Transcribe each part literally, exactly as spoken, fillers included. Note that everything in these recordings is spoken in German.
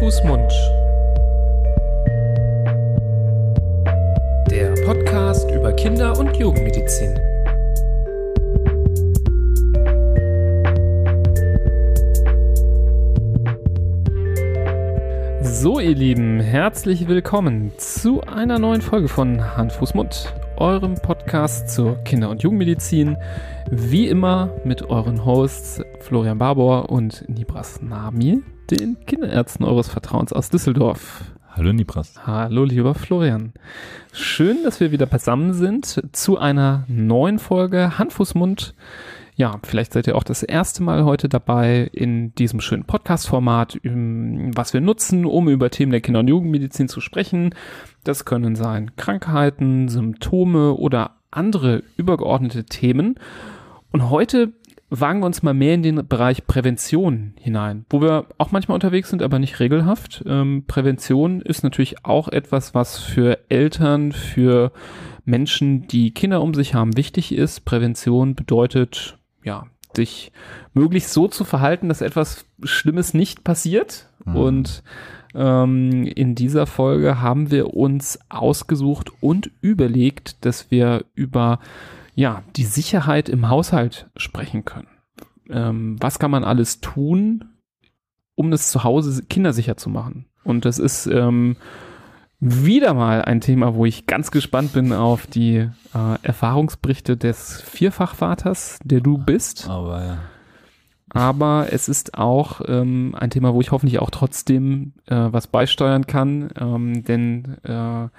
Fuß, Mund. Der Podcast über Kinder- und Jugendmedizin. So, ihr Lieben, herzlich willkommen zu einer neuen Folge von Hand, Fuß, Mund, eurem Podcast zur Kinder- und Jugendmedizin. Wie immer mit euren Hosts Florian Barbour und Nibras Nami, den Kinderärzten eures Vertrauens aus Düsseldorf. Hallo Nibras. Hallo lieber Florian. Schön, dass wir wieder beisammen sind zu einer neuen Folge Hand, Fuß, Mund. Ja, vielleicht seid ihr auch das erste Mal heute dabei in diesem schönen Podcast-Format, was wir nutzen, um über Themen der Kinder- und Jugendmedizin zu sprechen. Das können sein Krankheiten, Symptome oder andere übergeordnete Themen. Und heute wagen wir uns mal mehr in den Bereich Prävention hinein, wo wir auch manchmal unterwegs sind, aber nicht regelhaft. Ähm, Prävention ist natürlich auch etwas, was für Eltern, für Menschen, die Kinder um sich haben, wichtig ist. Prävention bedeutet, ja, sich möglichst so zu verhalten, dass etwas Schlimmes nicht passiert. Mhm. Und ähm, in dieser Folge haben wir uns ausgesucht und überlegt, dass wir über ja, die Sicherheit im Haushalt sprechen können. Ähm, was kann man alles tun, um das zu Hause kindersicher zu machen? Und das ist ähm, wieder mal ein Thema, wo ich ganz gespannt bin auf die äh, Erfahrungsberichte des Vierfachvaters, der du bist. Aber ja. Aber es ist auch ähm, ein Thema, wo ich hoffentlich auch trotzdem äh, was beisteuern kann, ähm, denn äh,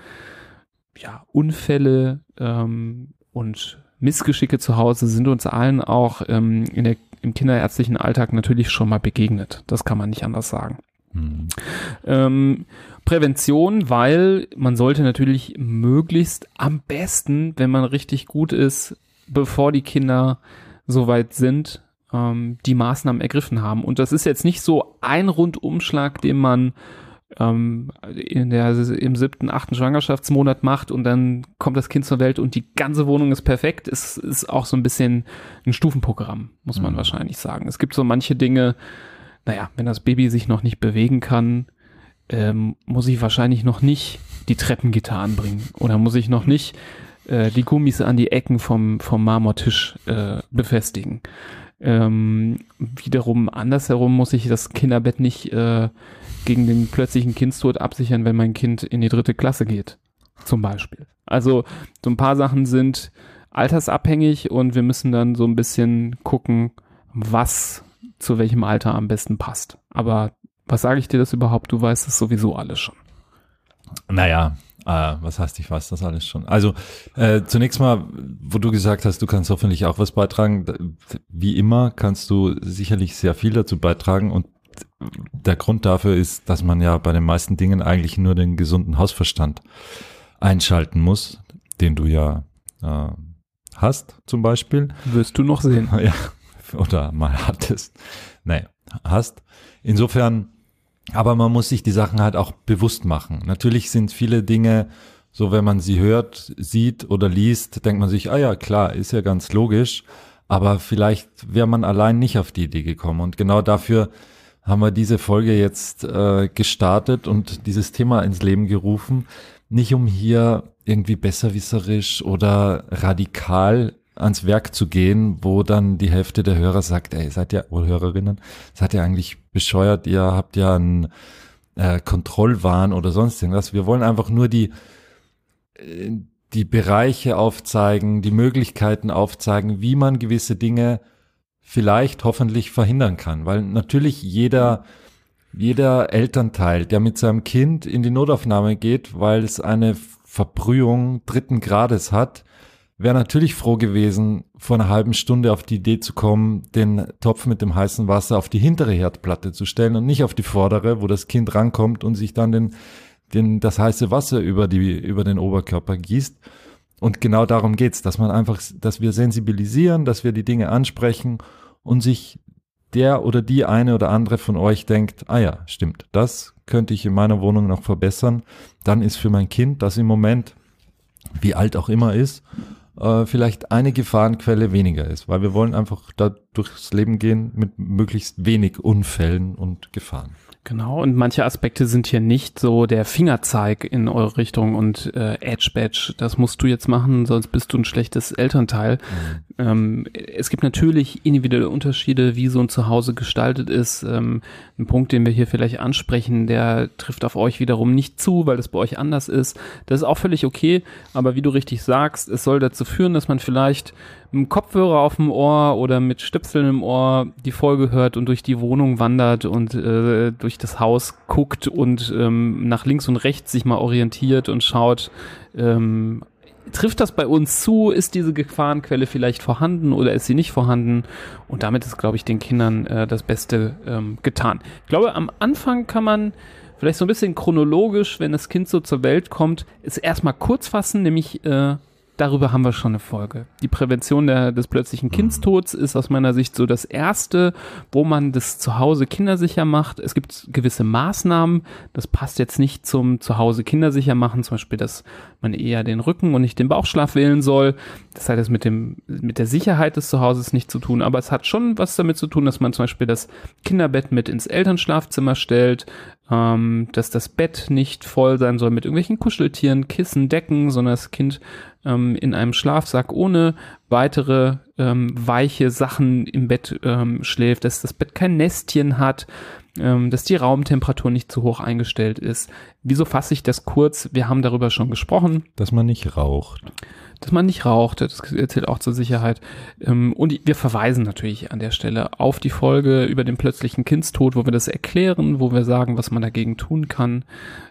ja, Unfälle ähm, und Missgeschicke zu Hause sind uns allen auch ähm, in der, im kinderärztlichen Alltag natürlich schon mal begegnet. Das kann man nicht anders sagen. Mhm. Ähm, Prävention, weil man sollte natürlich möglichst am besten, wenn man richtig gut ist, bevor die Kinder soweit sind, ähm, die Maßnahmen ergriffen haben. Und das ist jetzt nicht so ein Rundumschlag, den man ähm, in der, im siebten, achten Schwangerschaftsmonat macht und dann kommt das Kind zur Welt und die ganze Wohnung ist perfekt. Es ist auch so ein bisschen ein Stufenprogramm, muss man mhm. wahrscheinlich sagen. Es gibt so manche Dinge, naja, wenn das Baby sich noch nicht bewegen kann, ähm, muss ich wahrscheinlich noch nicht die Treppengitter anbringen oder muss ich noch nicht äh, die Gummis an die Ecken vom, vom Marmortisch äh, befestigen. Ähm, wiederum andersherum muss ich das Kinderbett nicht äh, gegen den plötzlichen Kindstod absichern, wenn mein Kind in die dritte Klasse geht, zum Beispiel. Also so ein paar Sachen sind altersabhängig und wir müssen dann so ein bisschen gucken, was zu welchem Alter am besten passt. Aber was sage ich dir das überhaupt? Du weißt es sowieso alles schon. Naja, äh, was heißt, ich weiß das alles schon. Also äh, zunächst mal, wo du gesagt hast, du kannst hoffentlich auch was beitragen. Wie immer kannst du sicherlich sehr viel dazu beitragen und der Grund dafür ist, dass man ja bei den meisten Dingen eigentlich nur den gesunden Hausverstand einschalten muss, den du ja äh, hast zum Beispiel. Wirst du noch sehen. Ja, oder mal hattest. Nee, hast. Insofern, aber man muss sich die Sachen halt auch bewusst machen. Natürlich sind viele Dinge, so wenn man sie hört, sieht oder liest, denkt man sich, ah ja, klar, ist ja ganz logisch, aber vielleicht wäre man allein nicht auf die Idee gekommen. Und genau dafür haben wir diese Folge jetzt äh, gestartet und dieses Thema ins Leben gerufen. Nicht um hier irgendwie besserwisserisch oder radikal ans Werk zu gehen, wo dann die Hälfte der Hörer sagt, ey, seid ihr, oder Hörerinnen, seid ihr eigentlich bescheuert, ihr habt ja einen äh, Kontrollwahn oder sonst irgendwas. Wir wollen einfach nur die, äh, die Bereiche aufzeigen, die Möglichkeiten aufzeigen, wie man gewisse Dinge vielleicht hoffentlich verhindern kann, weil natürlich jeder, jeder Elternteil, der mit seinem Kind in die Notaufnahme geht, weil es eine Verbrühung dritten Grades hat, wäre natürlich froh gewesen, vor einer halben Stunde auf die Idee zu kommen, den Topf mit dem heißen Wasser auf die hintere Herdplatte zu stellen und nicht auf die vordere, wo das Kind rankommt und sich dann den, den, das heiße Wasser über die, über den Oberkörper gießt. Und genau darum geht's, dass man einfach, dass wir sensibilisieren, dass wir die Dinge ansprechen und sich der oder die eine oder andere von euch denkt, ah ja, stimmt, das könnte ich in meiner Wohnung noch verbessern. Dann ist für mein Kind, das im Moment, wie alt auch immer ist, äh, vielleicht eine Gefahrenquelle weniger ist, weil wir wollen einfach da durchs Leben gehen mit möglichst wenig Unfällen und Gefahren. Genau, und manche Aspekte sind hier nicht so der Fingerzeig in eure Richtung und äh, Edge-Badge, das musst du jetzt machen, sonst bist du ein schlechtes Elternteil. Mhm. Ähm, es gibt natürlich individuelle Unterschiede, wie so ein Zuhause gestaltet ist. Ähm, ein Punkt, den wir hier vielleicht ansprechen, der trifft auf euch wiederum nicht zu, weil das bei euch anders ist. Das ist auch völlig okay, aber wie du richtig sagst, es soll dazu führen, dass man vielleicht mit einem Kopfhörer auf dem Ohr oder mit Stöpseln im Ohr die Folge hört und durch die Wohnung wandert und äh, durch das Haus guckt und ähm, nach links und rechts sich mal orientiert und schaut, ähm, trifft das bei uns zu? Ist diese Gefahrenquelle vielleicht vorhanden oder ist sie nicht vorhanden? Und damit ist, glaube ich, den Kindern äh, das Beste ähm, getan. Ich glaube, am Anfang kann man vielleicht so ein bisschen chronologisch, wenn das Kind so zur Welt kommt, es erstmal kurz fassen, nämlich äh, darüber haben wir schon eine Folge. Die Prävention der, des plötzlichen Kindstods ist aus meiner Sicht so das Erste, wo man das Zuhause kindersicher macht. Es gibt gewisse Maßnahmen, das passt jetzt nicht zum Zuhause kindersicher machen, zum Beispiel, dass man eher den Rücken und nicht den Bauchschlaf wählen soll. Das hat jetzt mit dem, mit der Sicherheit des Zuhauses nichts zu tun, aber es hat schon was damit zu tun, dass man zum Beispiel das Kinderbett mit ins Elternschlafzimmer stellt, ähm, dass das Bett nicht voll sein soll mit irgendwelchen Kuscheltieren, Kissen, Decken, sondern das Kind ähm, in einem Schlafsack ohne weitere ähm, weiche Sachen im Bett ähm, schläft, dass das Bett kein Nestchen hat, ähm, dass die Raumtemperatur nicht zu hoch eingestellt ist. Wieso fasse ich das kurz? Wir haben darüber schon gesprochen. Dass man nicht raucht. Dass man nicht raucht, das erzählt auch zur Sicherheit. Und wir verweisen natürlich an der Stelle auf die Folge über den plötzlichen Kindstod, wo wir das erklären, wo wir sagen, was man dagegen tun kann,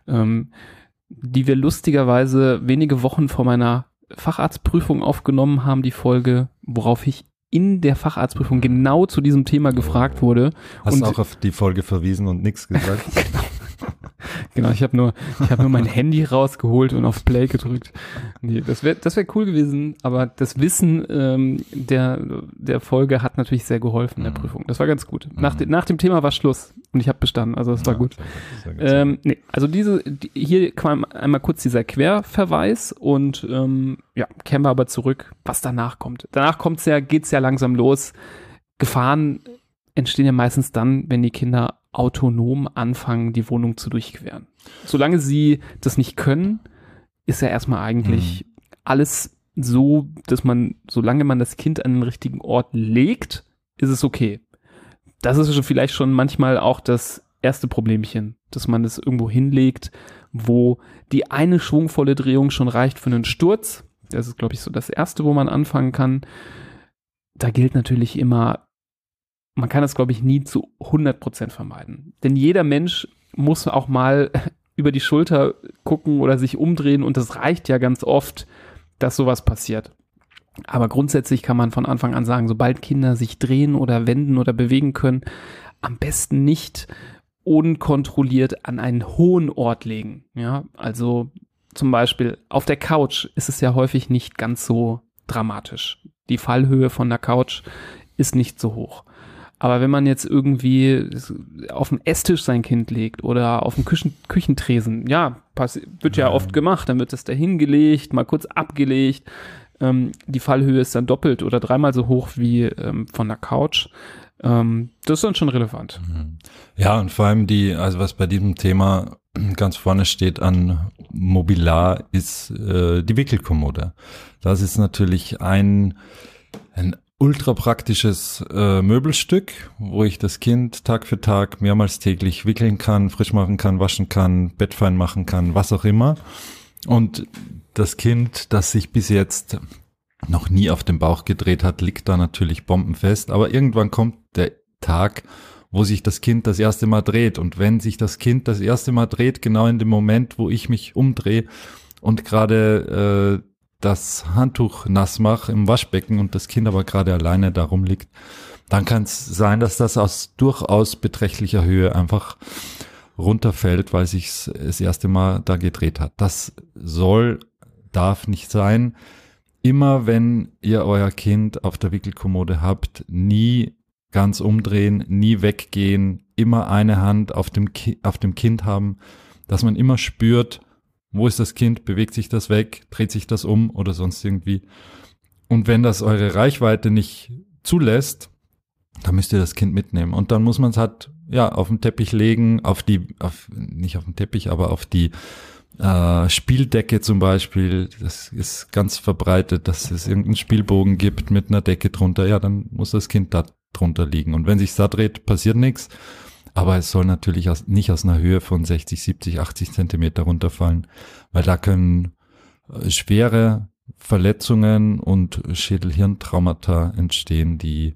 die wir lustigerweise wenige Wochen vor meiner Facharztprüfung aufgenommen haben, die Folge, worauf ich in der Facharztprüfung genau zu diesem Thema gefragt wurde. Hast du auch auf die Folge verwiesen und nichts gesagt? Genau. Genau, ich habe nur, ich habe nur mein Handy rausgeholt und auf Play gedrückt. Nee, das wäre, das wäre cool gewesen, aber das Wissen ähm, der der Folge hat natürlich sehr geholfen in der Prüfung. Das war ganz gut. Nach, de, nach dem Thema war Schluss und ich habe bestanden, also das war ja, gut. Sehr gut, sehr gut. Ähm, nee, also diese, die, hier kam einmal kurz dieser Querverweis und ähm, ja, kehren wir aber zurück, was danach kommt. Danach kommt's ja, geht's ja langsam los. Gefahren entstehen ja meistens dann, wenn die Kinder autonom anfangen, die Wohnung zu durchqueren. Solange sie das nicht können, ist ja erstmal eigentlich mhm. alles so, dass man, solange man das Kind an den richtigen Ort legt, ist es okay. Das ist vielleicht schon manchmal auch das erste Problemchen, dass man es irgendwo hinlegt, wo die eine schwungvolle Drehung schon reicht für einen Sturz. Das ist, glaube ich, so das Erste, wo man anfangen kann. Da gilt natürlich immer, man kann das, glaube ich, nie zu hundert Prozent vermeiden. Denn jeder Mensch muss auch mal über die Schulter gucken oder sich umdrehen und das reicht ja ganz oft, dass sowas passiert. Aber grundsätzlich kann man von Anfang an sagen, sobald Kinder sich drehen oder wenden oder bewegen können, am besten nicht unkontrolliert an einen hohen Ort legen. Ja, also zum Beispiel auf der Couch ist es ja häufig nicht ganz so dramatisch. Die Fallhöhe von der Couch ist nicht so hoch. Aber wenn man jetzt irgendwie auf den Esstisch sein Kind legt oder auf den Küchen- Küchentresen, ja, passi- wird ja oft gemacht, dann wird das da hingelegt, mal kurz abgelegt. Ähm, die Fallhöhe ist dann doppelt oder dreimal so hoch wie ähm, von der Couch. Ähm, das ist dann schon relevant. Ja, und vor allem die, also was bei diesem Thema ganz vorne steht an Mobiliar, ist äh, die Wickelkommode. Das ist natürlich ein, ein ultra praktisches äh, Möbelstück, wo ich das Kind Tag für Tag mehrmals täglich wickeln kann, frisch machen kann, waschen kann, bettfein machen kann, was auch immer. Und das Kind, das sich bis jetzt noch nie auf den Bauch gedreht hat, liegt da natürlich bombenfest. Aber irgendwann kommt der Tag, wo sich das Kind das erste Mal dreht. Und wenn sich das Kind das erste Mal dreht, genau in dem Moment, wo ich mich umdrehe und gerade äh, das Handtuch nass mache im Waschbecken und das Kind aber gerade alleine da rumliegt, dann kann es sein, dass das aus durchaus beträchtlicher Höhe einfach runterfällt, weil sich das erste Mal da gedreht hat. Das soll, darf nicht sein. Immer wenn ihr euer Kind auf der Wickelkommode habt, nie ganz umdrehen, nie weggehen, immer eine Hand auf dem, Ki- auf dem Kind haben, dass man immer spürt, wo ist das Kind, bewegt sich das weg, dreht sich das um oder sonst irgendwie. Und wenn das eure Reichweite nicht zulässt, dann müsst ihr das Kind mitnehmen. Und dann muss man es halt, ja, auf den Teppich legen, auf die, auf, nicht auf den Teppich, aber auf die äh, Spieldecke zum Beispiel. Das ist ganz verbreitet, dass es irgendeinen Spielbogen gibt mit einer Decke drunter. Ja, dann muss das Kind da drunter liegen. Und wenn sich da dreht, passiert nichts. Aber es soll natürlich aus, nicht aus einer Höhe von sechzig, siebzig, achtzig Zentimeter runterfallen, weil da können äh, schwere Verletzungen und Schädel-Hirntraumata entstehen, die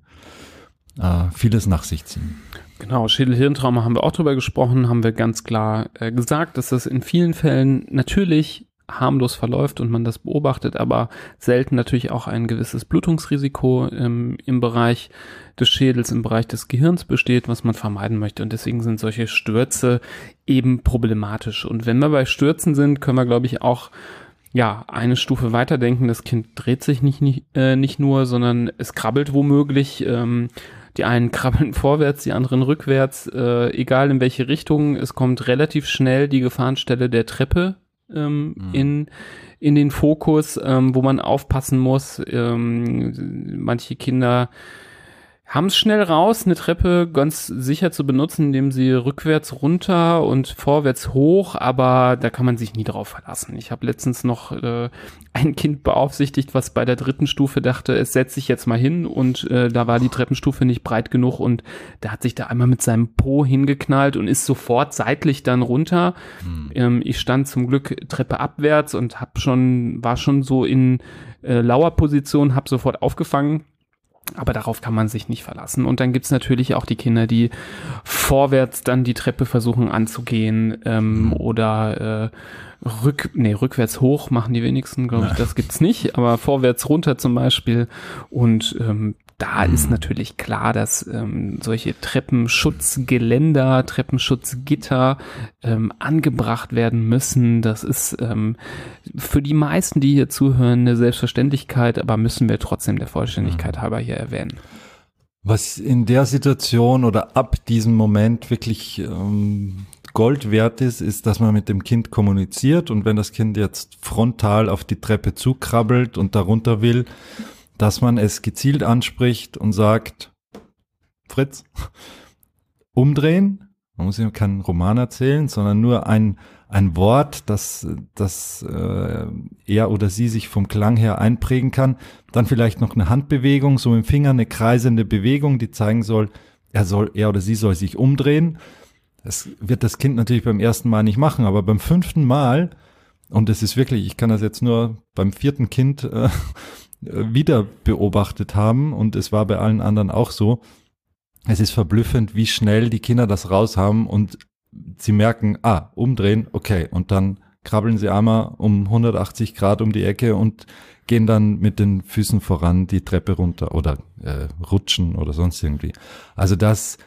äh, vieles nach sich ziehen. Genau, Schädel-Hirntrauma haben wir auch drüber gesprochen, haben wir ganz klar äh, gesagt, dass das in vielen Fällen natürlich harmlos verläuft und man das beobachtet, aber selten natürlich auch ein gewisses Blutungsrisiko ähm, im Bereich des Schädels, im Bereich des Gehirns besteht, was man vermeiden möchte. Und deswegen sind solche Stürze eben problematisch. Und wenn wir bei Stürzen sind, können wir, glaube ich, auch ja eine Stufe weiterdenken. Das Kind dreht sich nicht, nicht, äh, nicht nur, sondern es krabbelt womöglich. Ähm, die einen krabbeln vorwärts, die anderen rückwärts, äh, egal in welche Richtung. Es kommt relativ schnell die Gefahrenstelle der Treppe ähm, mhm. in in den Fokus, ähm, wo man aufpassen muss. Ähm, manche Kinder haben es schnell raus, eine Treppe ganz sicher zu benutzen, indem sie rückwärts runter und vorwärts hoch, aber da kann man sich nie drauf verlassen. Ich habe letztens noch äh, ein Kind beaufsichtigt, was bei der dritten Stufe dachte, es setzt sich jetzt mal hin, und äh, da war die Treppenstufe nicht breit genug und der hat sich da einmal mit seinem Po hingeknallt und ist sofort seitlich dann runter. Mhm. Ähm, ich stand zum Glück Treppe abwärts und hab schon, war schon so in äh, Lauerposition, habe sofort aufgefangen. Aber darauf kann man sich nicht verlassen. Und dann gibt's natürlich auch die Kinder, die vorwärts dann die Treppe versuchen anzugehen, ähm, mhm. oder äh, rück, nee, rückwärts hoch machen die wenigsten, glaube ich, das gibt's nicht, aber vorwärts runter zum Beispiel. Und ähm, da mhm. ist natürlich klar, dass ähm, solche Treppenschutzgeländer, Treppenschutzgitter ähm, angebracht werden müssen. Das ist ähm, für die meisten, die hier zuhören, eine Selbstverständlichkeit, aber müssen wir trotzdem der Vollständigkeit mhm. halber hier erwähnen. Was in der Situation oder ab diesem Moment wirklich ähm, Gold wert ist, ist, dass man mit dem Kind kommuniziert, und wenn das Kind jetzt frontal auf die Treppe zukrabbelt und darunter will, dass man es gezielt anspricht und sagt, Fritz, umdrehen. Man muss ihm keinen Roman erzählen, sondern nur ein ein Wort, das das äh, er oder sie sich vom Klang her einprägen kann. Dann vielleicht noch eine Handbewegung, so mit dem Finger eine kreisende Bewegung, die zeigen soll, er soll er oder sie soll sich umdrehen. Das wird das Kind natürlich beim ersten Mal nicht machen, aber beim fünften Mal, und es ist wirklich, ich kann das jetzt nur beim vierten Kind äh, wieder beobachtet haben, und es war bei allen anderen auch so. Es ist verblüffend, wie schnell die Kinder das raus haben und sie merken, ah, umdrehen, okay, und dann krabbeln sie einmal um hundertachtzig Grad um die Ecke und gehen dann mit den Füßen voran die Treppe runter oder äh, rutschen oder sonst irgendwie. Also das,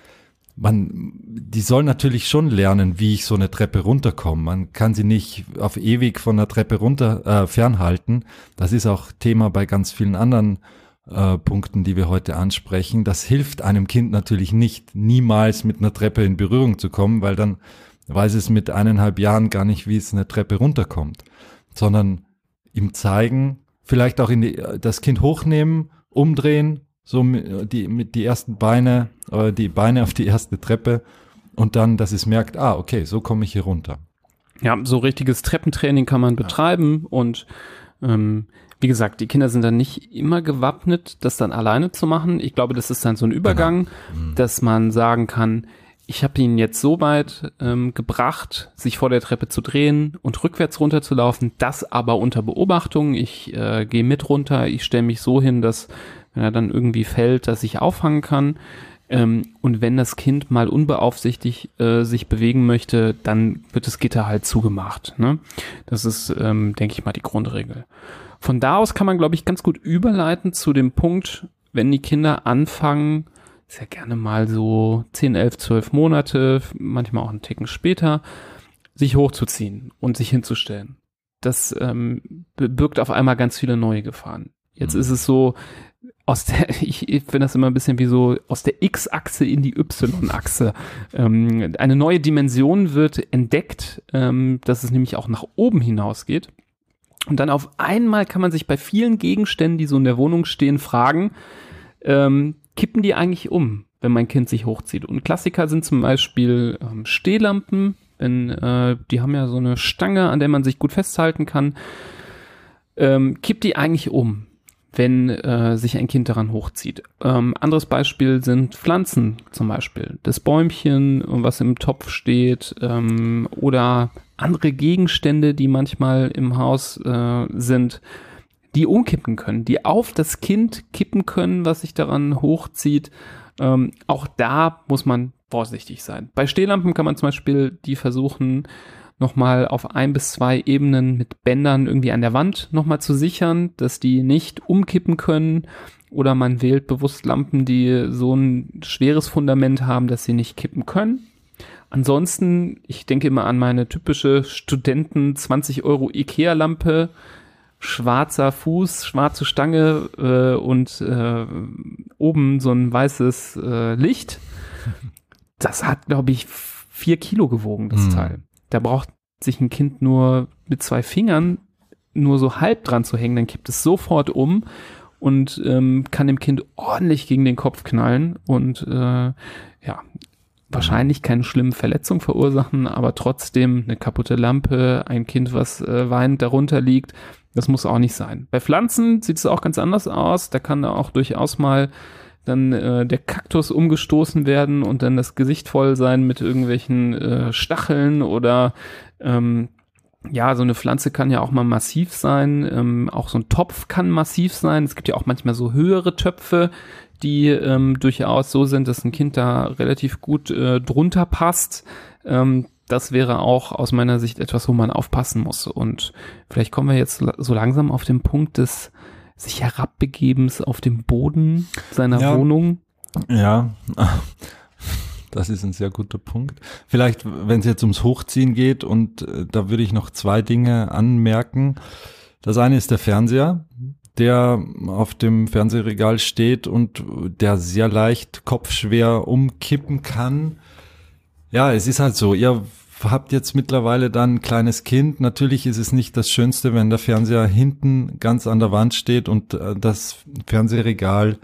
man, die sollen natürlich schon lernen, wie ich so eine Treppe runterkomme. Man kann sie nicht auf ewig von der Treppe runter äh, fernhalten. Das ist auch Thema bei ganz vielen anderen äh, Punkten, die wir heute ansprechen. Das hilft einem Kind natürlich nicht, niemals mit einer Treppe in Berührung zu kommen, weil dann weiß es mit eineinhalb Jahren gar nicht, wie es eine Treppe runterkommt, sondern ihm zeigen, vielleicht auch in die, das Kind hochnehmen, umdrehen, so mit die, mit die ersten Beine, äh, die Beine auf die erste Treppe, und dann, dass es merkt, ah, okay, so komme ich hier runter. Ja, so richtiges Treppentraining kann man betreiben, und ähm, wie gesagt, die Kinder sind dann nicht immer gewappnet, das dann alleine zu machen. Ich glaube, das ist dann so ein Übergang, genau. mhm. dass man sagen kann, ich habe ihn jetzt so weit ähm, gebracht, sich vor der Treppe zu drehen und rückwärts runterzulaufen, das aber unter Beobachtung. Ich äh, gehe mit runter, ich stelle mich so hin, dass, wenn er dann irgendwie fällt, dass ich auffangen kann. Ähm, und wenn das Kind mal unbeaufsichtigt äh, sich bewegen möchte, dann wird das Gitter halt zugemacht. Ne? Das ist, ähm, denke ich mal, die Grundregel. Von da aus kann man, glaube ich, ganz gut überleiten zu dem Punkt, wenn die Kinder anfangen, ist ja gerne mal so zehn, elf, zwölf Monate, manchmal auch einen Ticken später, sich hochzuziehen und sich hinzustellen. Das ähm, birgt auf einmal ganz viele neue Gefahren. Jetzt mhm. ist es so, aus der, ich, ich finde das immer ein bisschen wie so aus der X-Achse in die Y-Achse. Ähm, eine neue Dimension wird entdeckt, ähm, dass es nämlich auch nach oben hinausgeht. Und dann auf einmal kann man sich bei vielen Gegenständen, die so in der Wohnung stehen, fragen, ähm, kippen die eigentlich um, wenn mein Kind sich hochzieht? Und Klassiker sind zum Beispiel ähm, Stehlampen, wenn, äh, die haben ja so eine Stange, an der man sich gut festhalten kann. Ähm, kippt die eigentlich um, wenn äh, sich ein Kind daran hochzieht? Ähm, anderes Beispiel sind Pflanzen zum Beispiel. Das Bäumchen, was im Topf steht, ähm, oder andere Gegenstände, die manchmal im Haus äh, sind, die umkippen können, die auf das Kind kippen können, was sich daran hochzieht. Ähm, auch da muss man vorsichtig sein. Bei Stehlampen kann man zum Beispiel die versuchen, nochmal auf ein bis zwei Ebenen mit Bändern irgendwie an der Wand nochmal zu sichern, dass die nicht umkippen können. Oder man wählt bewusst Lampen, die so ein schweres Fundament haben, dass sie nicht kippen können. Ansonsten, ich denke immer an meine typische Studenten zwanzig Euro Ikea-Lampe, schwarzer Fuß, schwarze Stange äh, und äh, oben so ein weißes äh, Licht. Das hat, glaube ich, vier Kilo gewogen, das mhm. Teil. Da braucht sich ein Kind nur mit zwei Fingern nur so halb dran zu hängen, dann kippt es sofort um und ähm, kann dem Kind ordentlich gegen den Kopf knallen und äh, ja, wahrscheinlich keine schlimmen Verletzungen verursachen, aber trotzdem eine kaputte Lampe, ein Kind, was äh, weinend darunter liegt, das muss auch nicht sein. Bei Pflanzen sieht es auch ganz anders aus, da kann da auch durchaus mal dann äh, der Kaktus umgestoßen werden und dann das Gesicht voll sein mit irgendwelchen äh, Stacheln oder ähm, ja, so eine Pflanze kann ja auch mal massiv sein, ähm, auch so ein Topf kann massiv sein. Es gibt ja auch manchmal so höhere Töpfe, die ähm, durchaus so sind, dass ein Kind da relativ gut äh, drunter passt. Ähm, das wäre auch aus meiner Sicht etwas, wo man aufpassen muss. Und vielleicht kommen wir jetzt so langsam auf den Punkt des sich Herabbegebens auf dem Boden seiner ja, Wohnung. Ja, das ist ein sehr guter Punkt. Vielleicht, wenn es jetzt ums Hochziehen geht, und äh, da würde ich noch zwei Dinge anmerken. Das eine ist der Fernseher, der auf dem Fernsehregal steht und der sehr leicht kopfschwer umkippen kann. Ja, es ist halt so, ihr habt jetzt mittlerweile dann ein kleines Kind. Natürlich ist es nicht das Schönste, wenn der Fernseher hinten ganz an der Wand steht und äh, das Fernsehregal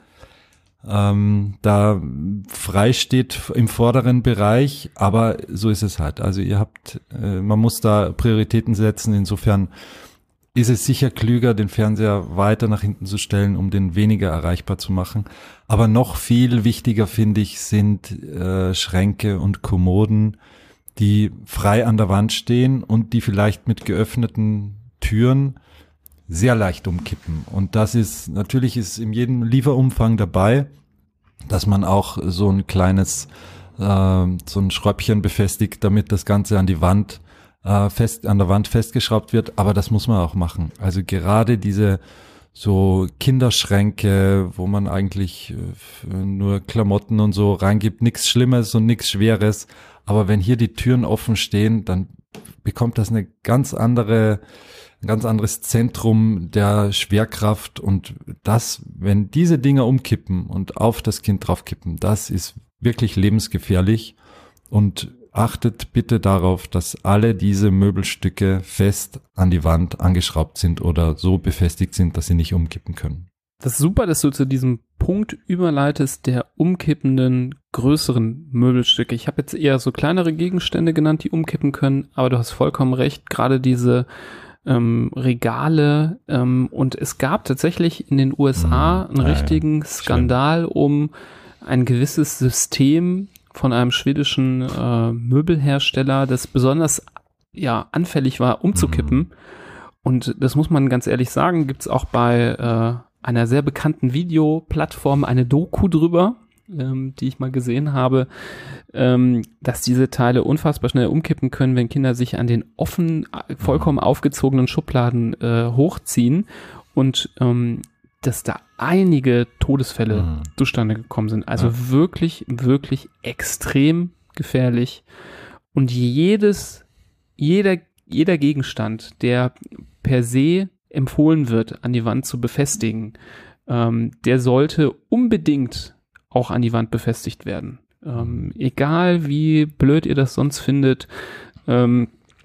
ähm, da frei steht im vorderen Bereich, aber so ist es halt. Also ihr habt, äh, man muss da Prioritäten setzen. Insofern ist es sicher klüger, den Fernseher weiter nach hinten zu stellen, um den weniger erreichbar zu machen. Aber noch viel wichtiger, finde ich, sind äh, Schränke und Kommoden, die frei an der Wand stehen und die vielleicht mit geöffneten Türen sehr leicht umkippen. Und das ist, natürlich ist in jedem Lieferumfang dabei, dass man auch so ein kleines, äh, so ein Schräubchen befestigt, damit das Ganze an die Wand, äh, fest, an der Wand festgeschraubt wird. Aber das muss man auch machen. Also gerade diese so Kinderschränke, wo man eigentlich äh, nur Klamotten und so reingibt, nichts Schlimmes und nichts Schweres. Aber wenn hier die Türen offen stehen, dann bekommt das eine ganz andere, ein ganz anderes Zentrum der Schwerkraft, und das, wenn diese Dinger umkippen und auf das Kind draufkippen, das ist wirklich lebensgefährlich. Und achtet bitte darauf, dass alle diese Möbelstücke fest an die Wand angeschraubt sind oder so befestigt sind, dass sie nicht umkippen können. Das ist super, dass du zu diesem Punkt überleitest der umkippenden größeren Möbelstücke. Ich habe jetzt eher so kleinere Gegenstände genannt, die umkippen können, aber du hast vollkommen recht, gerade diese ähm, Regale ähm, und es gab tatsächlich in den U S A einen ah, richtigen ja. Skandal Schlimm. um ein gewisses System von einem schwedischen äh, Möbelhersteller, das besonders ja anfällig war, umzukippen. Mhm. Und das muss man ganz ehrlich sagen, gibt's auch bei äh, einer sehr bekannten Videoplattform eine Doku drüber, ähm, die ich mal gesehen habe, ähm, dass diese Teile unfassbar schnell umkippen können, wenn Kinder sich an den offen, vollkommen aufgezogenen Schubladen äh, hochziehen und ähm, dass da einige Todesfälle mhm. zustande gekommen sind. Also ja. wirklich, wirklich extrem gefährlich. Und jedes, jeder, jeder Gegenstand, der per se empfohlen wird, an die Wand zu befestigen, ähm, der sollte unbedingt auch an die Wand befestigt werden. Ähm, egal wie blöd ihr das sonst findet, ähm,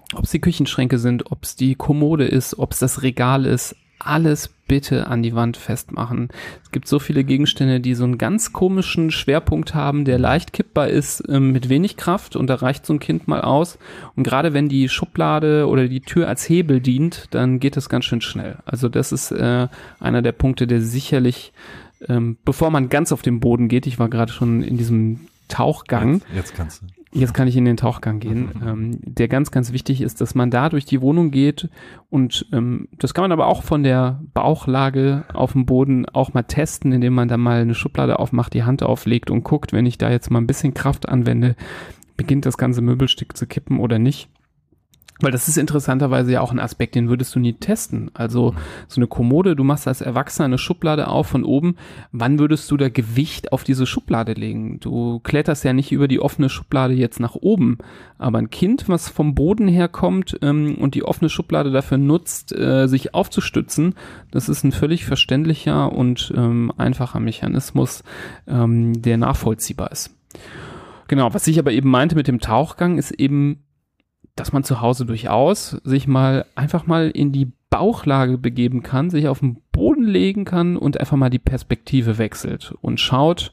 ob es die Küchenschränke sind, ob es die Kommode ist, ob es das Regal ist, alles bitte an die Wand festmachen. Es gibt so viele Gegenstände, die so einen ganz komischen Schwerpunkt haben, der leicht kippbar ist, ähm, mit wenig Kraft, und da reicht so ein Kind mal aus. Und gerade wenn die Schublade oder die Tür als Hebel dient, dann geht das ganz schön schnell. Also das ist äh, einer der Punkte, der sicherlich, ähm, bevor man ganz auf den Boden geht, ich war gerade schon in diesem Tauchgang. Jetzt, jetzt kannst du. Jetzt kann ich in den Tauchgang gehen, ähm, der ganz, ganz wichtig ist, dass man da durch die Wohnung geht, und ähm, das kann man aber auch von der Bauchlage auf dem Boden auch mal testen, indem man da mal eine Schublade aufmacht, die Hand auflegt und guckt, wenn ich da jetzt mal ein bisschen Kraft anwende, beginnt das ganze Möbelstück zu kippen oder nicht. Weil das ist interessanterweise ja auch ein Aspekt, den würdest du nie testen. Also so eine Kommode, du machst als Erwachsener eine Schublade auf von oben. Wann würdest du da Gewicht auf diese Schublade legen? Du kletterst ja nicht über die offene Schublade jetzt nach oben. Aber ein Kind, was vom Boden her kommt ähm, und die offene Schublade dafür nutzt, äh, sich aufzustützen, das ist ein völlig verständlicher und ähm, einfacher Mechanismus, ähm, der nachvollziehbar ist. Genau, was ich aber eben meinte mit dem Tauchgang, ist eben, dass man zu Hause durchaus sich mal einfach mal in die Bauchlage begeben kann, sich auf den Boden legen kann und einfach mal die Perspektive wechselt und schaut,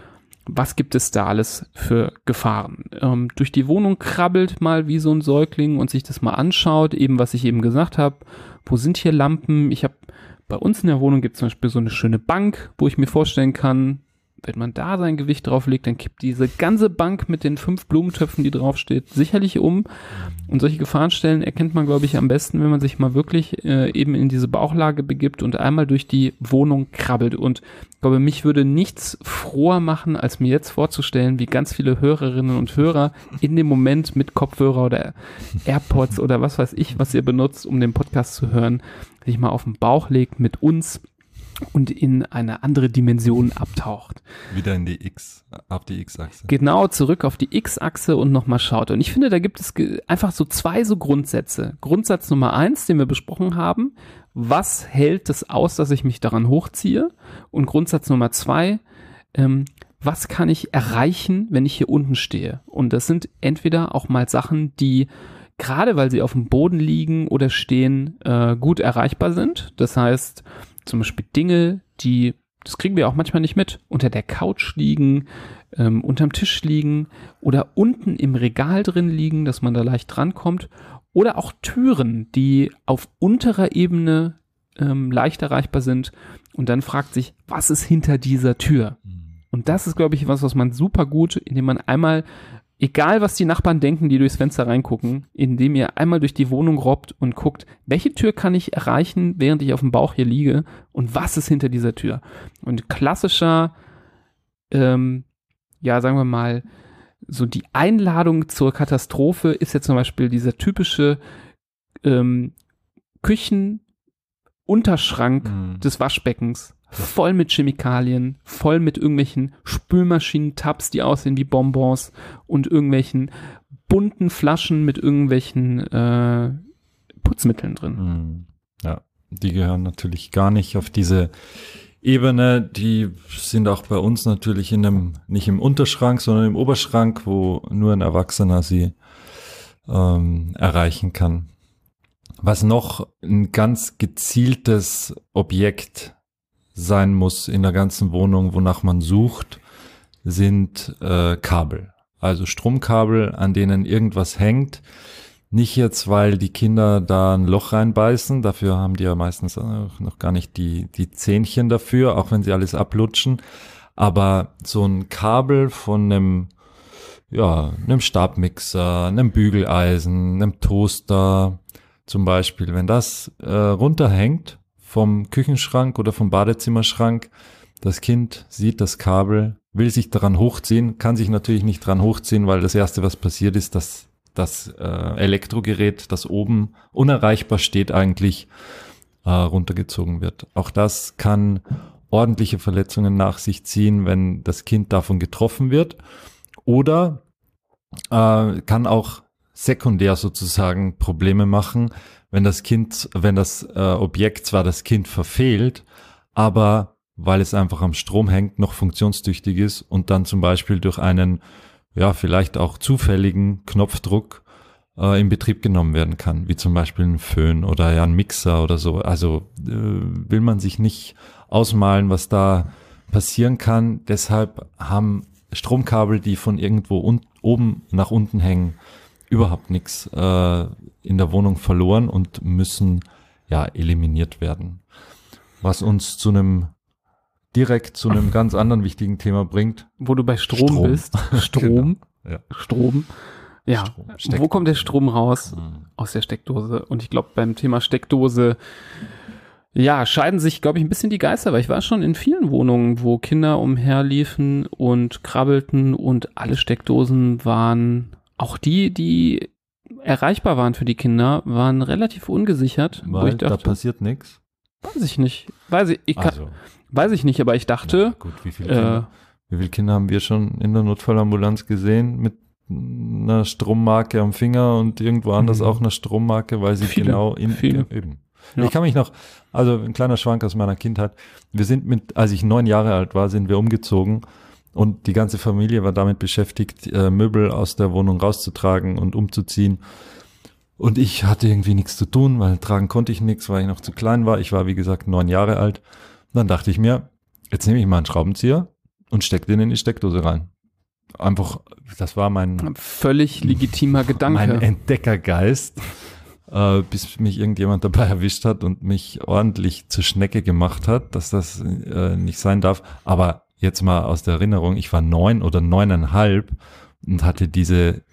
was gibt es da alles für Gefahren. Ähm, durch die Wohnung krabbelt mal wie so ein Säugling und sich das mal anschaut, eben was ich eben gesagt habe, wo sind hier Lampen? Ich habe bei uns in der Wohnung gibt es zum Beispiel so eine schöne Bank, wo ich mir vorstellen kann, wenn man da sein Gewicht drauflegt, dann kippt diese ganze Bank mit den fünf Blumentöpfen, die draufsteht, sicherlich um. Und solche Gefahrenstellen erkennt man, glaube ich, am besten, wenn man sich mal wirklich äh, eben in diese Bauchlage begibt und einmal durch die Wohnung krabbelt. Und ich glaube, mich würde nichts froher machen, als mir jetzt vorzustellen, wie ganz viele Hörerinnen und Hörer in dem Moment mit Kopfhörer oder AirPods oder was weiß ich, was ihr benutzt, um den Podcast zu hören, sich mal auf den Bauch legt mit uns und in eine andere Dimension abtaucht. Wieder in die X, auf die X-Achse. Genau, zurück auf die X-Achse und nochmal schaut. Und ich finde, da gibt es ge- einfach so zwei so Grundsätze. Grundsatz Nummer eins, den wir besprochen haben. Was hält es aus, dass ich mich daran hochziehe? Und Grundsatz Nummer zwei, ähm, was kann ich erreichen, wenn ich hier unten stehe? Und das sind entweder auch mal Sachen, die gerade weil sie auf dem Boden liegen oder stehen, äh, gut erreichbar sind. Das heißt, zum Beispiel Dinge, die, das kriegen wir auch manchmal nicht mit, unter der Couch liegen, ähm, unterm Tisch liegen oder unten im Regal drin liegen, dass man da leicht drankommt. Oder auch Türen, die auf unterer Ebene ähm, leicht erreichbar sind. Und dann fragt sich, was ist hinter dieser Tür? Und das ist, glaube ich, was, was man super gut, indem man einmal, egal was die Nachbarn denken, die durchs Fenster reingucken, indem ihr einmal durch die Wohnung robbt und guckt, welche Tür kann ich erreichen, während ich auf dem Bauch hier liege, und was ist hinter dieser Tür. Und klassischer, ähm, ja, sagen wir mal, so die Einladung zur Katastrophe ist ja zum Beispiel dieser typische ähm, Küchenunterschrank mhm. des Waschbeckens. Voll mit Chemikalien, voll mit irgendwelchen Spülmaschinen-Tabs, die aussehen wie Bonbons, und irgendwelchen bunten Flaschen mit irgendwelchen äh, Putzmitteln drin. Ja, die gehören natürlich gar nicht auf diese Ebene. Die sind auch bei uns natürlich in einem, nicht im Unterschrank, sondern im Oberschrank, wo nur ein Erwachsener sie ähm, erreichen kann. Was noch ein ganz gezieltes Objekt sein muss in der ganzen Wohnung, wonach man sucht, sind äh, Kabel. Also Stromkabel, an denen irgendwas hängt. Nicht jetzt, weil die Kinder da ein Loch reinbeißen, dafür haben die ja meistens noch gar nicht die, die Zähnchen dafür, auch wenn sie alles ablutschen. Aber so ein Kabel von einem, ja, einem Stabmixer, einem Bügeleisen, einem Toaster zum Beispiel, wenn das äh, runterhängt vom Küchenschrank oder vom Badezimmerschrank, das Kind sieht das Kabel, will sich daran hochziehen, kann sich natürlich nicht dran hochziehen, weil das Erste, was passiert ist, dass das äh, Elektrogerät, das oben unerreichbar steht, eigentlich äh, runtergezogen wird. Auch das kann ordentliche Verletzungen nach sich ziehen, wenn das Kind davon getroffen wird, oder äh, kann auch sekundär sozusagen Probleme machen, wenn das Kind, wenn das äh, Objekt zwar das Kind verfehlt, aber weil es einfach am Strom hängt, noch funktionstüchtig ist und dann zum Beispiel durch einen, ja, vielleicht auch zufälligen Knopfdruck äh, in Betrieb genommen werden kann, wie zum Beispiel ein Föhn oder ja ein Mixer oder so. Also äh, will man sich nicht ausmalen, was da passieren kann. Deshalb haben Stromkabel, die von irgendwo un- oben nach unten hängen, überhaupt nichts äh, in der Wohnung verloren und müssen ja eliminiert werden. Was uns zu einem direkt zu einem ganz anderen wichtigen Thema bringt. Wo du bei Strom, Strom. bist. Strom. Genau. Ja. Strom. Ja. Strom. Wo kommt der Strom raus? Mhm. Aus der Steckdose. Und ich glaube, beim Thema Steckdose, ja, scheiden sich, glaube ich, ein bisschen die Geister, weil ich war schon in vielen Wohnungen, wo Kinder umherliefen und krabbelten und alle Steckdosen waren, auch die, die erreichbar waren für die Kinder, waren relativ ungesichert. Weil wo ich dachte, da passiert nichts? Weiß ich nicht. Weiß ich, ich kann, also. Weiß ich nicht, aber ich dachte, ja, gut, wie viele, Kinder, äh, wie viele Kinder haben wir schon in der Notfallambulanz gesehen mit einer Strommarke am Finger und irgendwo anders mhm. auch eine Strommarke, weil sie viele, genau in viele. eben. Ja. Ich kann mich noch, also ein kleiner Schwank aus meiner Kindheit. Wir sind mit, als ich neun Jahre alt war, sind wir umgezogen und die ganze Familie war damit beschäftigt, äh, Möbel aus der Wohnung rauszutragen und umzuziehen. Und ich hatte irgendwie nichts zu tun, weil tragen konnte ich nichts, weil ich noch zu klein war. Ich war, wie gesagt, neun Jahre alt. Dann dachte ich mir, jetzt nehme ich mal einen Schraubenzieher und stecke den in die Steckdose rein. Einfach, das war mein... Völlig legitimer Gedanke. Mein Entdeckergeist, äh, bis mich irgendjemand dabei erwischt hat und mich ordentlich zur Schnecke gemacht hat, dass das äh, nicht sein darf. Aber jetzt mal aus der Erinnerung, ich war neun oder neuneinhalb und hatte diese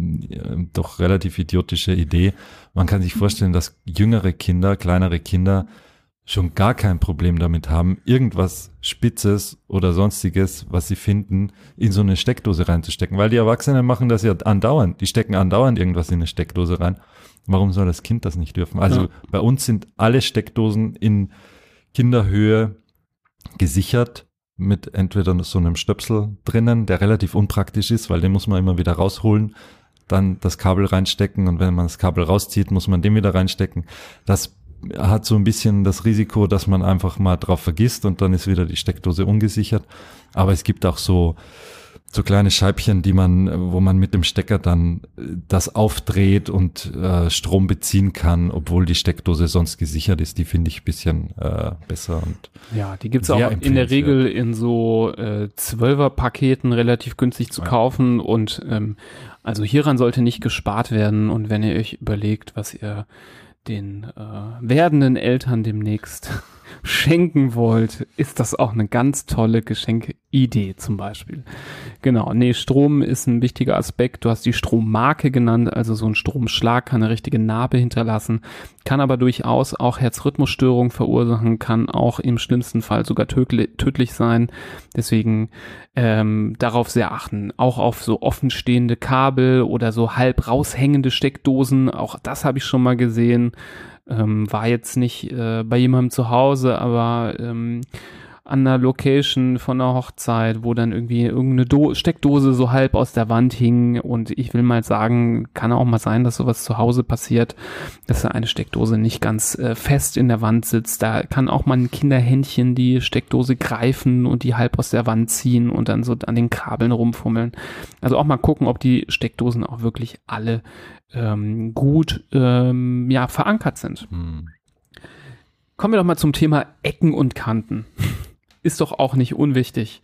äh, doch relativ idiotische Idee. Man kann sich vorstellen, dass jüngere Kinder, kleinere Kinder schon gar kein Problem damit haben, irgendwas Spitzes oder Sonstiges, was sie finden, in so eine Steckdose reinzustecken. Weil die Erwachsenen machen das ja andauernd. Die stecken andauernd irgendwas in eine Steckdose rein. Warum soll das Kind das nicht dürfen? Also ja. Bei uns sind alle Steckdosen in Kinderhöhe gesichert mit entweder so einem Stöpsel drinnen, der relativ unpraktisch ist, weil den muss man immer wieder rausholen, dann das Kabel reinstecken und wenn man das Kabel rauszieht, muss man den wieder reinstecken. Das hat so ein bisschen das Risiko, dass man einfach mal drauf vergisst und dann ist wieder die Steckdose ungesichert. Aber es gibt auch so so kleine Scheibchen, die man, wo man mit dem Stecker dann das aufdreht und äh, Strom beziehen kann, obwohl die Steckdose sonst gesichert ist. Die finde ich ein bisschen äh, besser und ja, die gibt's auch in der Regel in so äh, Zwölfer-Paketen relativ günstig zu ja. kaufen und ähm, also hieran sollte nicht gespart werden und wenn ihr euch überlegt, was ihr den äh, werdenden Eltern demnächst schenken wollt, ist das auch eine ganz tolle Geschenkidee zum Beispiel. Genau, nee, Strom ist ein wichtiger Aspekt. Du hast die Strommarke genannt, also so ein Stromschlag kann eine richtige Narbe hinterlassen, kann aber durchaus auch Herzrhythmusstörungen verursachen, kann auch im schlimmsten Fall sogar tödlich, tödlich sein. Deswegen ähm, darauf sehr achten. Auch auf so offenstehende Kabel oder so halb raushängende Steckdosen, auch das habe ich schon mal gesehen. Ähm, war jetzt nicht äh, bei jemandem zu Hause, aber ähm, an einer Location von einer Hochzeit, wo dann irgendwie irgendeine Do- Steckdose so halb aus der Wand hing und ich will mal sagen, kann auch mal sein, dass sowas zu Hause passiert, dass da eine Steckdose nicht ganz äh, fest in der Wand sitzt. Da kann auch mal ein Kinderhändchen die Steckdose greifen und die halb aus der Wand ziehen und dann so an den Kabeln rumfummeln. Also auch mal gucken, ob die Steckdosen auch wirklich alle ähm, gut ähm, ja, verankert sind. Hm. Kommen wir doch mal zum Thema Ecken und Kanten. Ist doch auch nicht unwichtig.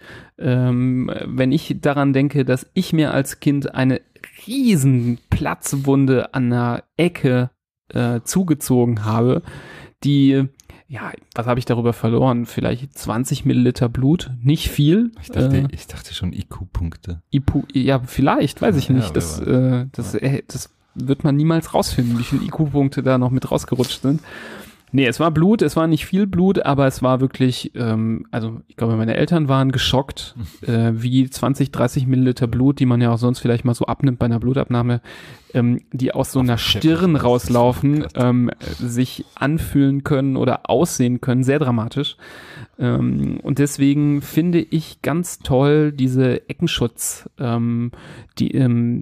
Ähm, wenn ich daran denke, dass ich mir als Kind eine riesen Platzwunde an einer Ecke äh, zugezogen habe, die, ja, was habe ich darüber verloren? Vielleicht zwanzig Milliliter Blut, nicht viel. Ich dachte, äh, ich dachte schon I Q-Punkte. I Q, ja, vielleicht, weiß ich nicht. Ja, das, äh, das, äh, das wird man niemals rausfinden, wie viele I Q-Punkte da noch mit rausgerutscht sind. Nee, es war Blut, es war nicht viel Blut, aber es war wirklich, ähm, also ich glaube, meine Eltern waren geschockt, äh, wie zwanzig, dreißig Milliliter Blut, die man ja auch sonst vielleicht mal so abnimmt bei einer Blutabnahme, ähm, die aus so einer Stirn rauslaufen, ähm, sich anfühlen können oder aussehen können, sehr dramatisch. Ähm, und deswegen finde ich ganz toll diese Eckenschutz, ähm, die ähm,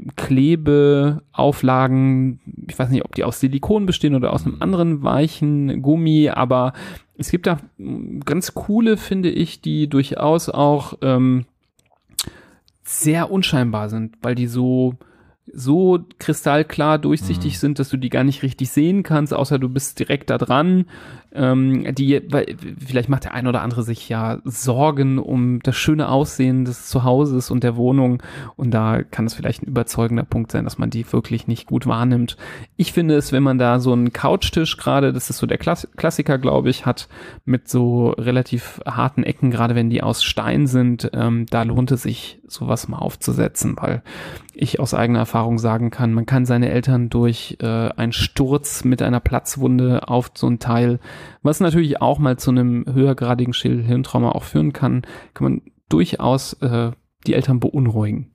Klebeauflagen, ich weiß nicht, ob die aus Silikon bestehen oder aus einem anderen weichen Gummi, aber es gibt da ganz coole, finde ich, die durchaus auch ähm, sehr unscheinbar sind, weil die so so kristallklar durchsichtig mhm. sind, dass du die gar nicht richtig sehen kannst, außer du bist direkt da dran. Ähm, die, weil, vielleicht macht der ein oder andere sich ja Sorgen um das schöne Aussehen des Zuhauses und der Wohnung, und da kann es vielleicht ein überzeugender Punkt sein, dass man die wirklich nicht gut wahrnimmt. Ich finde es, wenn man da so einen Couchtisch gerade, das ist so der Klass- Klassiker, glaube ich, hat mit so relativ harten Ecken, gerade wenn die aus Stein sind, ähm, da lohnt es sich, sowas mal aufzusetzen, weil ich aus eigener Erfahrung sagen kann, man kann seine Eltern durch äh, einen Sturz mit einer Platzwunde auf so ein Teil, was natürlich auch mal zu einem höhergradigen Schädel-Hirntrauma auch führen kann, kann man durchaus äh, die Eltern beunruhigen.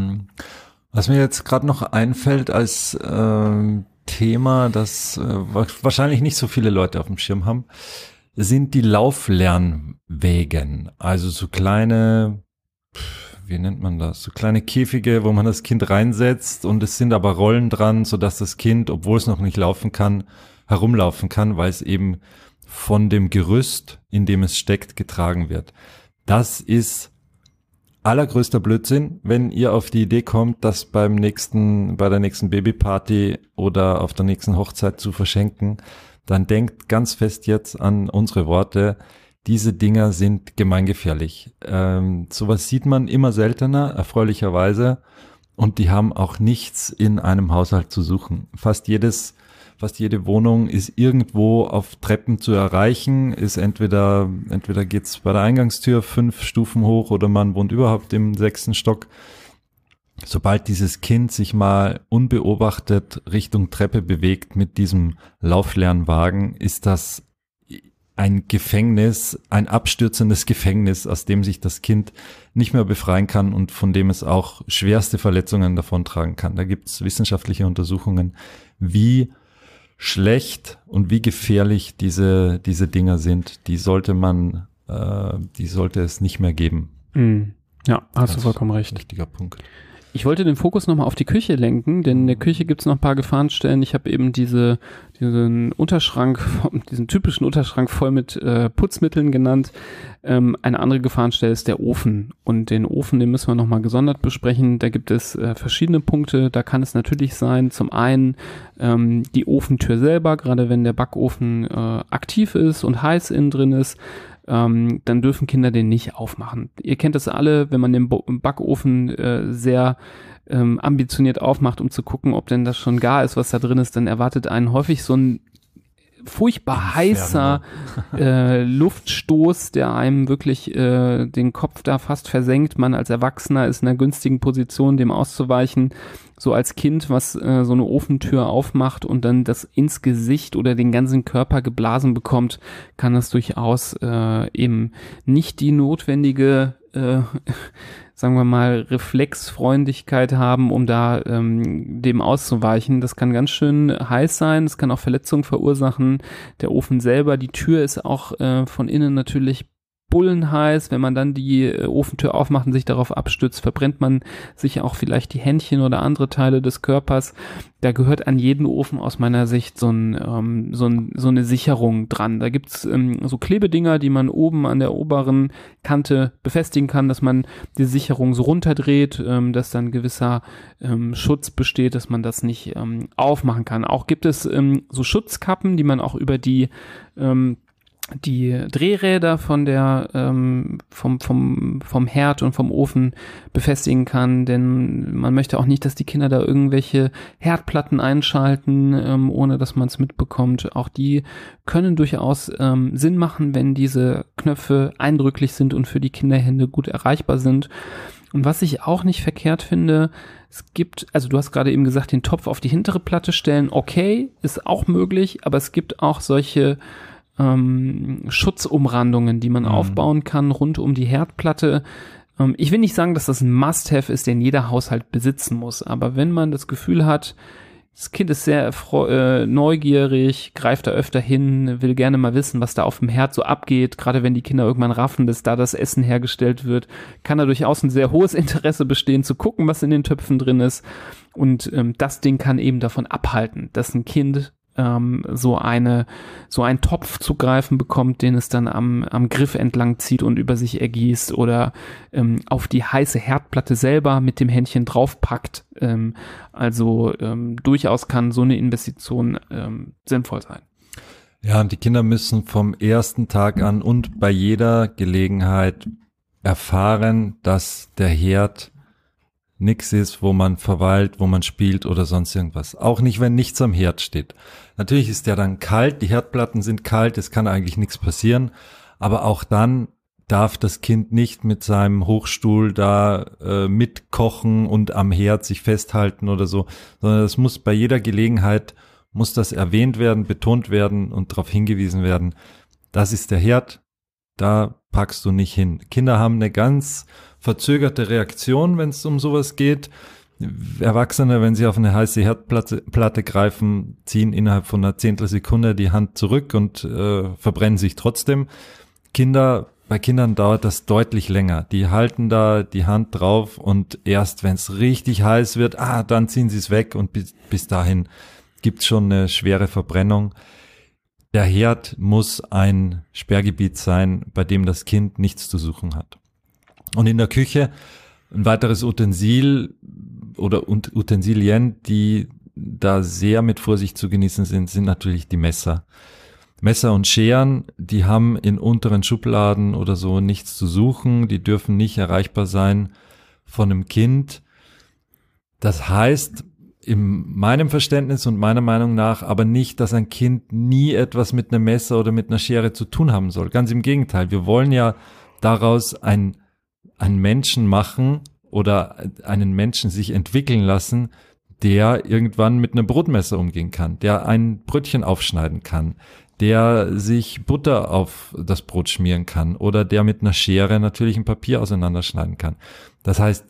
Was mir jetzt gerade noch einfällt als äh, Thema, das äh, wahrscheinlich nicht so viele Leute auf dem Schirm haben, sind die Lauflernwägen. Also so kleine, wie nennt man das, so kleine Käfige, wo man das Kind reinsetzt, und es sind aber Rollen dran, sodass das Kind, obwohl es noch nicht laufen kann, herumlaufen kann, weil es eben von dem Gerüst, in dem es steckt, getragen wird. Das ist allergrößter Blödsinn, wenn ihr auf die Idee kommt, das beim nächsten, bei der nächsten Babyparty oder auf der nächsten Hochzeit zu verschenken, dann denkt ganz fest jetzt an unsere Worte. Diese Dinger sind gemeingefährlich. Ähm, sowas sieht man immer seltener, erfreulicherweise, und die haben auch nichts in einem Haushalt zu suchen. Fast jedes Fast jede Wohnung ist irgendwo auf Treppen zu erreichen, ist entweder, entweder geht's bei der Eingangstür fünf Stufen hoch oder man wohnt überhaupt im sechsten Stock. Sobald dieses Kind sich mal unbeobachtet Richtung Treppe bewegt mit diesem Lauflernwagen, ist das ein Gefängnis, ein abstürzendes Gefängnis, aus dem sich das Kind nicht mehr befreien kann und von dem es auch schwerste Verletzungen davontragen kann. Da gibt's wissenschaftliche Untersuchungen, wie schlecht und wie gefährlich diese diese Dinger sind. Die sollte man, äh, die sollte es nicht mehr geben. Mm, ja, hast das du vollkommen recht. Wichtiger Punkt. Ich wollte den Fokus nochmal auf die Küche lenken, denn in der Küche gibt es noch ein paar Gefahrenstellen. Ich habe eben diese diesen Unterschrank, diesen typischen Unterschrank voll mit äh, Putzmitteln genannt. Ähm, eine andere Gefahrenstelle ist der Ofen. Und den Ofen, den müssen wir nochmal gesondert besprechen. Da gibt es äh, verschiedene Punkte. Da kann es natürlich sein, zum einen ähm, die Ofentür selber, gerade wenn der Backofen äh, aktiv ist und heiß innen drin ist. Ähm, dann dürfen Kinder den nicht aufmachen. Ihr kennt das alle, wenn man den Bo- Backofen äh, sehr ähm, ambitioniert aufmacht, um zu gucken, ob denn das schon gar ist, was da drin ist, dann erwartet einen häufig so ein furchtbar heißer äh, Luftstoß, der einem wirklich äh, den Kopf da fast versenkt. Man als Erwachsener ist in einer günstigen Position, dem auszuweichen. So als Kind, was äh, so eine Ofentür aufmacht und dann das ins Gesicht oder den ganzen Körper geblasen bekommt, kann das durchaus äh, eben nicht die notwendige, äh, sagen wir mal, Reflexfreundlichkeit haben, um da ähm, dem auszuweichen. Das kann ganz schön heiß sein, es kann auch Verletzungen verursachen. Der Ofen selber, die Tür ist auch äh, von innen natürlich bullenheiß. Wenn man dann die äh, Ofentür aufmacht und sich darauf abstützt, verbrennt man sich auch vielleicht die Händchen oder andere Teile des Körpers. Da gehört an jeden Ofen aus meiner Sicht so, ein, ähm, so, ein, so eine Sicherung dran. Da gibt's ähm, so Klebedinger, die man oben an der oberen Kante befestigen kann, dass man die Sicherung so runterdreht, ähm, dass dann gewisser ähm, Schutz besteht, dass man das nicht ähm, aufmachen kann. Auch gibt es ähm, so Schutzkappen, die man auch über die ähm, die Drehräder von der ähm, vom vom vom Herd und vom Ofen befestigen kann, denn man möchte auch nicht, dass die Kinder da irgendwelche Herdplatten einschalten, ähm, ohne dass man es mitbekommt. Auch die können durchaus ähm, Sinn machen, wenn diese Knöpfe eindrücklich sind und für die Kinderhände gut erreichbar sind. Und was ich auch nicht verkehrt finde, es gibt, also du hast gerade eben gesagt, den Topf auf die hintere Platte stellen, okay, ist auch möglich, aber es gibt auch solche Ähm, Schutzumrandungen, die man mhm. aufbauen kann rund um die Herdplatte. Ähm, ich will nicht sagen, dass das ein Must-have ist, den jeder Haushalt besitzen muss, aber wenn man das Gefühl hat, das Kind ist sehr äh, neugierig, greift da öfter hin, will gerne mal wissen, was da auf dem Herd so abgeht, gerade wenn die Kinder irgendwann raffen, dass da das Essen hergestellt wird, kann da durchaus ein sehr hohes Interesse bestehen, zu gucken, was in den Töpfen drin ist, und ähm, das Ding kann eben davon abhalten, dass ein Kind ähm, so eine so einen Topf zu greifen bekommt, den es dann am, am Griff entlang zieht und über sich ergießt oder ähm, auf die heiße Herdplatte selber mit dem Händchen draufpackt. Ähm, also ähm, durchaus kann so eine Investition ähm, sinnvoll sein. Ja, und die Kinder müssen vom ersten Tag an und bei jeder Gelegenheit erfahren, dass der Herd nichts ist, wo man verweilt, wo man spielt oder sonst irgendwas. Auch nicht, wenn nichts am Herd steht. Natürlich ist der dann kalt, die Herdplatten sind kalt, es kann eigentlich nichts passieren, aber auch dann darf das Kind nicht mit seinem Hochstuhl da äh, mitkochen und am Herd sich festhalten oder so, sondern es muss bei jeder Gelegenheit, muss das erwähnt werden, betont werden und darauf hingewiesen werden, das ist der Herd, da packst du nicht hin. Kinder haben eine ganz verzögerte Reaktion, wenn es um sowas geht. Erwachsene, wenn sie auf eine heiße Herdplatte Platte greifen, ziehen innerhalb von einer Zehntelsekunde die Hand zurück und äh, verbrennen sich trotzdem. Kinder, bei Kindern dauert das deutlich länger. Die halten da die Hand drauf und erst wenn es richtig heiß wird, ah, dann ziehen sie es weg und bis, bis dahin gibt's schon eine schwere Verbrennung. Der Herd muss ein Sperrgebiet sein, bei dem das Kind nichts zu suchen hat. Und in der Küche ein weiteres Utensil oder Utensilien, die da sehr mit Vorsicht zu genießen sind, sind natürlich die Messer. Messer und Scheren, die haben in unteren Schubladen oder so nichts zu suchen, die dürfen nicht erreichbar sein von einem Kind. Das heißt, in meinem Verständnis und meiner Meinung nach aber nicht, dass ein Kind nie etwas mit einem Messer oder mit einer Schere zu tun haben soll. Ganz im Gegenteil, wir wollen ja daraus ein einen Menschen machen oder einen Menschen sich entwickeln lassen, der irgendwann mit einem Brotmesser umgehen kann, der ein Brötchen aufschneiden kann, der sich Butter auf das Brot schmieren kann oder der mit einer Schere natürlich ein Papier auseinanderschneiden kann. Das heißt,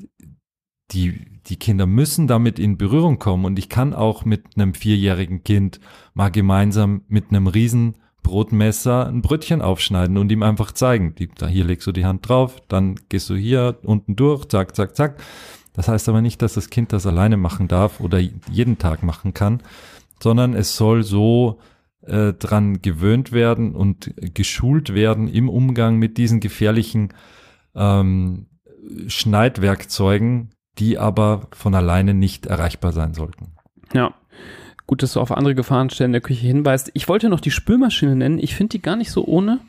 die, die Kinder müssen damit in Berührung kommen und ich kann auch mit einem vierjährigen Kind mal gemeinsam mit einem riesen Brotmesser ein Brötchen aufschneiden und ihm einfach zeigen. Die, da hier legst du die Hand drauf, dann gehst du hier unten durch, zack, zack, zack. Das heißt aber nicht, dass das Kind das alleine machen darf oder jeden Tag machen kann, sondern es soll so äh, dran gewöhnt werden und geschult werden im Umgang mit diesen gefährlichen ähm, Schneidwerkzeugen, die aber von alleine nicht erreichbar sein sollten. Ja. Gut, dass du auf andere Gefahrenstellen der Küche hinweist. Ich wollte noch die Spülmaschine nennen. Ich finde die gar nicht so ohne.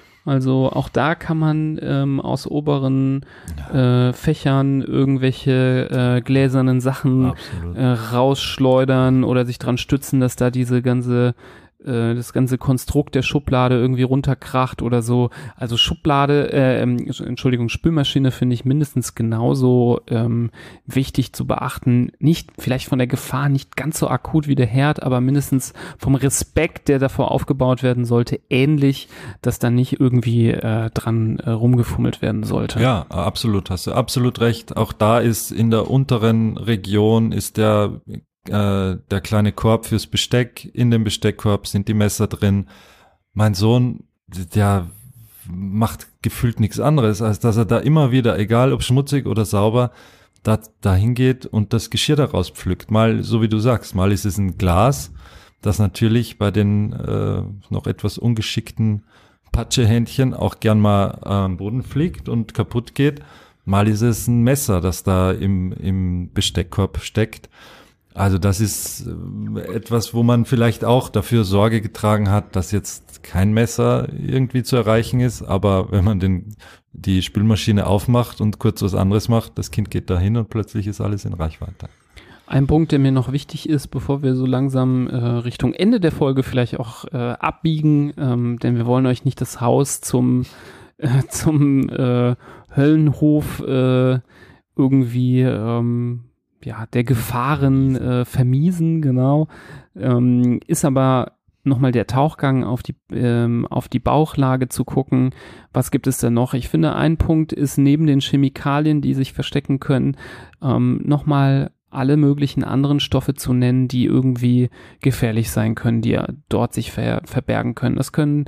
Also auch da kann man ähm, aus oberen äh, Fächern irgendwelche äh, gläsernen Sachen äh, rausschleudern oder sich dran stützen, dass da diese ganze äh, das ganze Konstrukt der Schublade irgendwie runterkracht oder so. Also Schublade, äh, Entschuldigung, Spülmaschine finde ich mindestens genauso ähm, wichtig zu beachten. Nicht vielleicht von der Gefahr nicht ganz so akut wie der Herd, aber mindestens vom Respekt, der davor aufgebaut werden sollte, ähnlich, dass da nicht irgendwie äh, dran äh, rumgefummelt werden sollte. Ja, absolut, hast du absolut recht. Auch da ist in der unteren Region ist der Äh, der kleine Korb fürs Besteck, in dem Besteckkorb sind die Messer drin. Mein Sohn, der macht gefühlt nichts anderes, als dass er da immer wieder, egal ob schmutzig oder sauber, da dahin geht und das Geschirr daraus pflückt. Mal, so wie du sagst, mal ist es ein Glas, das natürlich bei den äh, noch etwas ungeschickten Patschehändchen auch gern mal am Boden fliegt und kaputt geht. Mal ist es ein Messer, das da im, im Besteckkorb steckt. Also das ist etwas, wo man vielleicht auch dafür Sorge getragen hat, dass jetzt kein Messer irgendwie zu erreichen ist, aber wenn man den, die Spülmaschine aufmacht und kurz was anderes macht, das Kind geht dahin und plötzlich ist alles in Reichweite. Ein Punkt, der mir noch wichtig ist, bevor wir so langsam äh, Richtung Ende der Folge vielleicht auch äh, abbiegen, ähm, denn wir wollen euch nicht das Haus zum, äh, zum äh, Höllenhof äh, irgendwie ähm, ja, der Gefahren äh, vermiesen, genau, ähm, ist aber nochmal der Tauchgang auf die, ähm, auf die Bauchlage zu gucken, was gibt es denn noch? Ich finde, ein Punkt ist neben den Chemikalien, die sich verstecken können, ähm, nochmal alle möglichen anderen Stoffe zu nennen, die irgendwie gefährlich sein können, die ja dort sich ver- verbergen können. Das können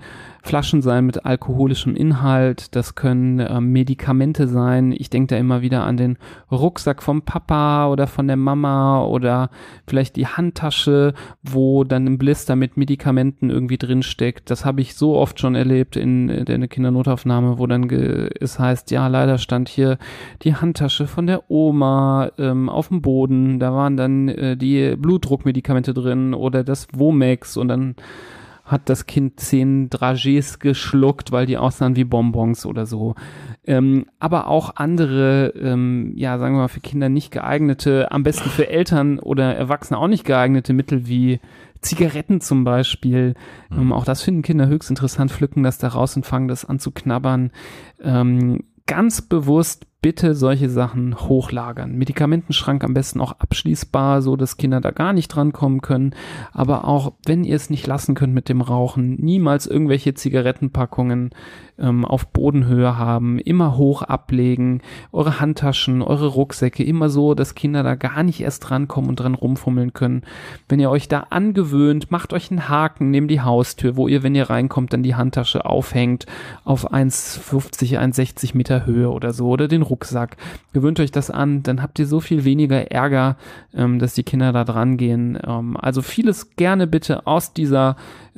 Flaschen sein mit alkoholischem Inhalt, das können äh, Medikamente sein. Ich denke da immer wieder an den Rucksack vom Papa oder von der Mama oder vielleicht die Handtasche, wo dann ein Blister mit Medikamenten irgendwie drinsteckt. Das habe ich so oft schon erlebt in, in der Kindernotaufnahme, wo dann ge- es heißt, ja, leider stand hier die Handtasche von der Oma ähm, auf dem Boden. Da waren dann äh, die Blutdruckmedikamente drin oder das Womex und dann hat das Kind zehn Dragés geschluckt, weil die aussahen wie Bonbons oder so. Ähm, aber auch andere, ähm, ja, sagen wir mal, für Kinder nicht geeignete, am besten für Eltern oder Erwachsene auch nicht geeignete Mittel wie Zigaretten zum Beispiel. Mhm. Ähm, auch das finden Kinder höchst interessant, pflücken das da raus und fangen das an zu knabbern. Ähm, ganz bewusst bitte solche Sachen hochlagern. Medikamentenschrank am besten auch abschließbar, so dass Kinder da gar nicht drankommen können. Aber auch, wenn ihr es nicht lassen könnt mit dem Rauchen, niemals irgendwelche Zigarettenpackungen ähm, auf Bodenhöhe haben, immer hoch ablegen, eure Handtaschen, eure Rucksäcke, immer so, dass Kinder da gar nicht erst drankommen und dran rumfummeln können. Wenn ihr euch da angewöhnt, macht euch einen Haken neben die Haustür, wo ihr, wenn ihr reinkommt, dann die Handtasche aufhängt auf eins fünfzig, eins sechzig Meter Höhe oder so, oder den Rucksack. Gewöhnt euch das an, dann habt ihr so viel weniger Ärger, ähm, dass die Kinder da dran gehen. Ähm, also vieles gerne bitte aus dieser,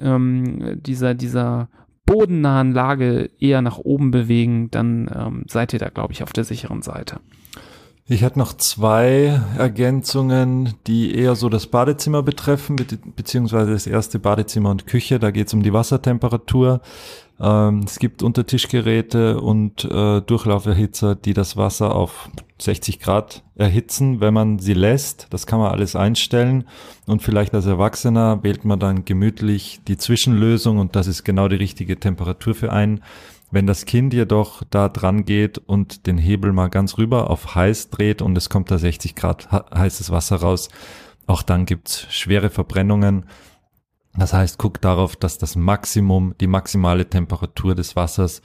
ähm, dieser, dieser bodennahen Lage eher nach oben bewegen, dann ähm, seid ihr da, glaube ich, auf der sicheren Seite. Ich hatte noch zwei Ergänzungen, die eher so das Badezimmer betreffen, be- beziehungsweise das erste Badezimmer und Küche. Da geht es um die Wassertemperatur. Ähm, es gibt Untertischgeräte und äh, Durchlauferhitzer, die das Wasser auf sechzig Grad erhitzen, wenn man sie lässt. Das kann man alles einstellen. Und vielleicht als Erwachsener wählt man dann gemütlich die Zwischenlösung und das ist genau die richtige Temperatur für einen. Wenn das Kind jedoch da dran geht und den Hebel mal ganz rüber auf heiß dreht und es kommt da sechzig Grad heißes Wasser raus, auch dann gibt's schwere Verbrennungen. Das heißt, guckt darauf, dass das Maximum, die maximale Temperatur des Wassers,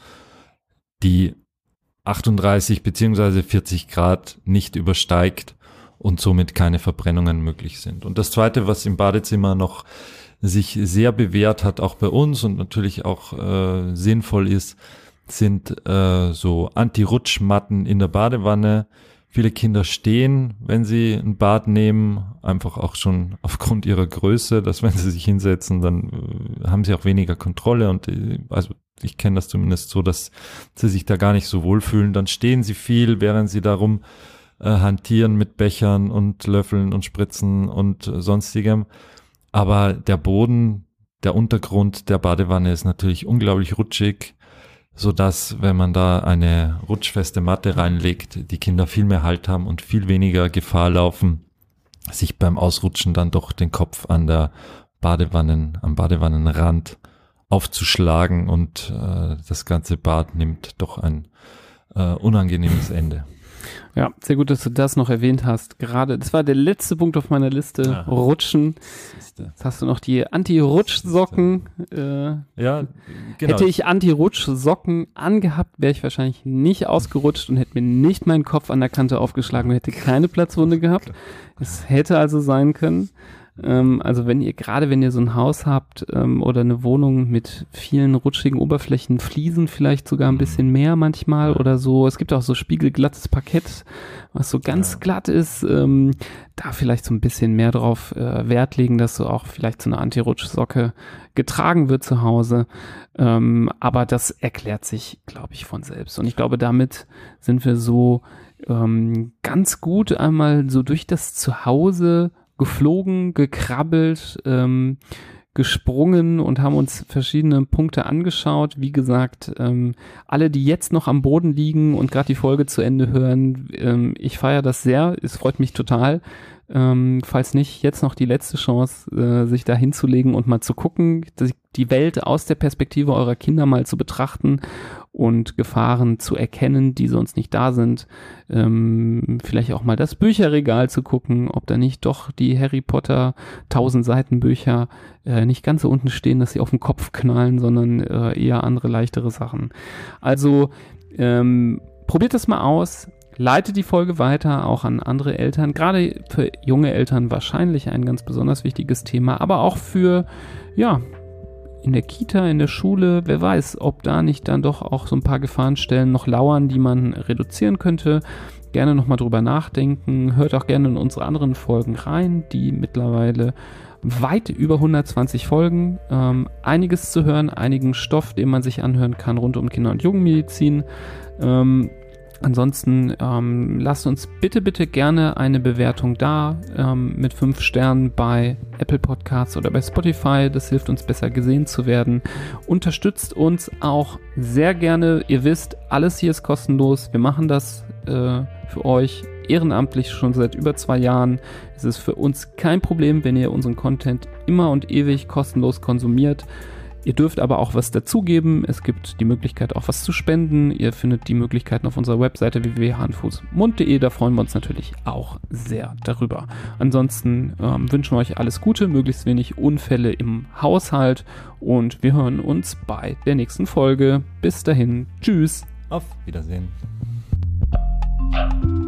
die achtunddreißig beziehungsweise vierzig Grad nicht übersteigt und somit keine Verbrennungen möglich sind. Und das Zweite, was im Badezimmer noch sich sehr bewährt hat, auch bei uns und natürlich auch äh, sinnvoll ist, sind äh, so Anti-Rutschmatten in der Badewanne. Viele Kinder stehen, wenn sie ein Bad nehmen, einfach auch schon aufgrund ihrer Größe, dass wenn sie sich hinsetzen, dann äh, haben sie auch weniger Kontrolle und äh, also ich kenne das zumindest so, dass sie sich da gar nicht so wohlfühlen. Dann stehen sie viel, während sie darum äh, hantieren mit Bechern und Löffeln und Spritzen und äh, sonstigem. Aber der Boden, der Untergrund der Badewanne ist natürlich unglaublich rutschig, so dass, wenn man da eine rutschfeste Matte reinlegt, die Kinder viel mehr Halt haben und viel weniger Gefahr laufen, sich beim Ausrutschen dann doch den Kopf an der Badewannen, am Badewannenrand aufzuschlagen und äh, das ganze Bad nimmt doch ein äh, unangenehmes Ende. Ja, sehr gut, dass du das noch erwähnt hast. Gerade, das war der letzte Punkt auf meiner Liste, ja. Rutschen. Jetzt hast du noch die Anti-Rutschsocken. Äh, ja, genau. Hätte ich Anti-Rutschsocken angehabt, wäre ich wahrscheinlich nicht ausgerutscht und hätte mir nicht meinen Kopf an der Kante aufgeschlagen und hätte keine Platzwunde gehabt. Es hätte also sein können. Ähm, also wenn ihr, gerade wenn ihr so ein Haus habt ähm, oder eine Wohnung mit vielen rutschigen Oberflächen, Fliesen vielleicht sogar ein bisschen mehr manchmal oder so. Es gibt auch so spiegelglattes Parkett, was so ganz ja. glatt ist. Ähm, da vielleicht so ein bisschen mehr drauf äh, Wert legen, dass so auch vielleicht so eine Anti-Rutschsocke getragen wird zu Hause. Ähm, aber das erklärt sich, glaube ich, von selbst. Und ich glaube, damit sind wir so ähm, ganz gut einmal so durch das Zuhause geflogen, gekrabbelt, ähm, gesprungen und haben uns verschiedene Punkte angeschaut. Wie gesagt, ähm, alle, die jetzt noch am Boden liegen und gerade die Folge zu Ende hören, ähm, ich feiere das sehr, es freut mich total. Ähm, falls nicht, jetzt noch die letzte Chance, äh, sich da hinzulegen und mal zu gucken, die Welt aus der Perspektive eurer Kinder mal zu betrachten und Gefahren zu erkennen, die sonst nicht da sind. Ähm, vielleicht auch mal das Bücherregal zu gucken, ob da nicht doch die Harry Potter tausend Seiten Bücher äh, nicht ganz so unten stehen, dass sie auf den Kopf knallen, sondern äh, eher andere, leichtere Sachen. Also ähm, probiert das mal aus. Leitet die Folge weiter, auch an andere Eltern. Gerade für junge Eltern wahrscheinlich ein ganz besonders wichtiges Thema, aber auch für, ja, in der Kita, in der Schule, wer weiß, ob da nicht dann doch auch so ein paar Gefahrenstellen noch lauern, die man reduzieren könnte. Gerne nochmal drüber nachdenken. Hört auch gerne in unsere anderen Folgen rein, die mittlerweile weit über hundertzwanzig Folgen. Ähm, einiges zu hören, einigen Stoff, den man sich anhören kann rund um Kinder- und Jugendmedizin. Ähm, ansonsten ähm, lasst uns bitte, bitte gerne eine Bewertung da ähm, mit fünf Sternen bei Apple Podcasts oder bei Spotify. Das hilft uns besser gesehen zu werden. Unterstützt uns auch sehr gerne. Ihr wisst, alles hier ist kostenlos. Wir machen das äh, für euch ehrenamtlich schon seit über zwei Jahren. Es ist für uns kein Problem, wenn ihr unseren Content immer und ewig kostenlos konsumiert. Ihr dürft aber auch was dazugeben. Es gibt die Möglichkeit, auch was zu spenden. Ihr findet die Möglichkeiten auf unserer Webseite w w w punkt hand fuß mund punkt d e. Da freuen wir uns natürlich auch sehr darüber. Ansonsten ähm, wünschen wir euch alles Gute, möglichst wenig Unfälle im Haushalt und wir hören uns bei der nächsten Folge. Bis dahin, tschüss. Auf Wiedersehen.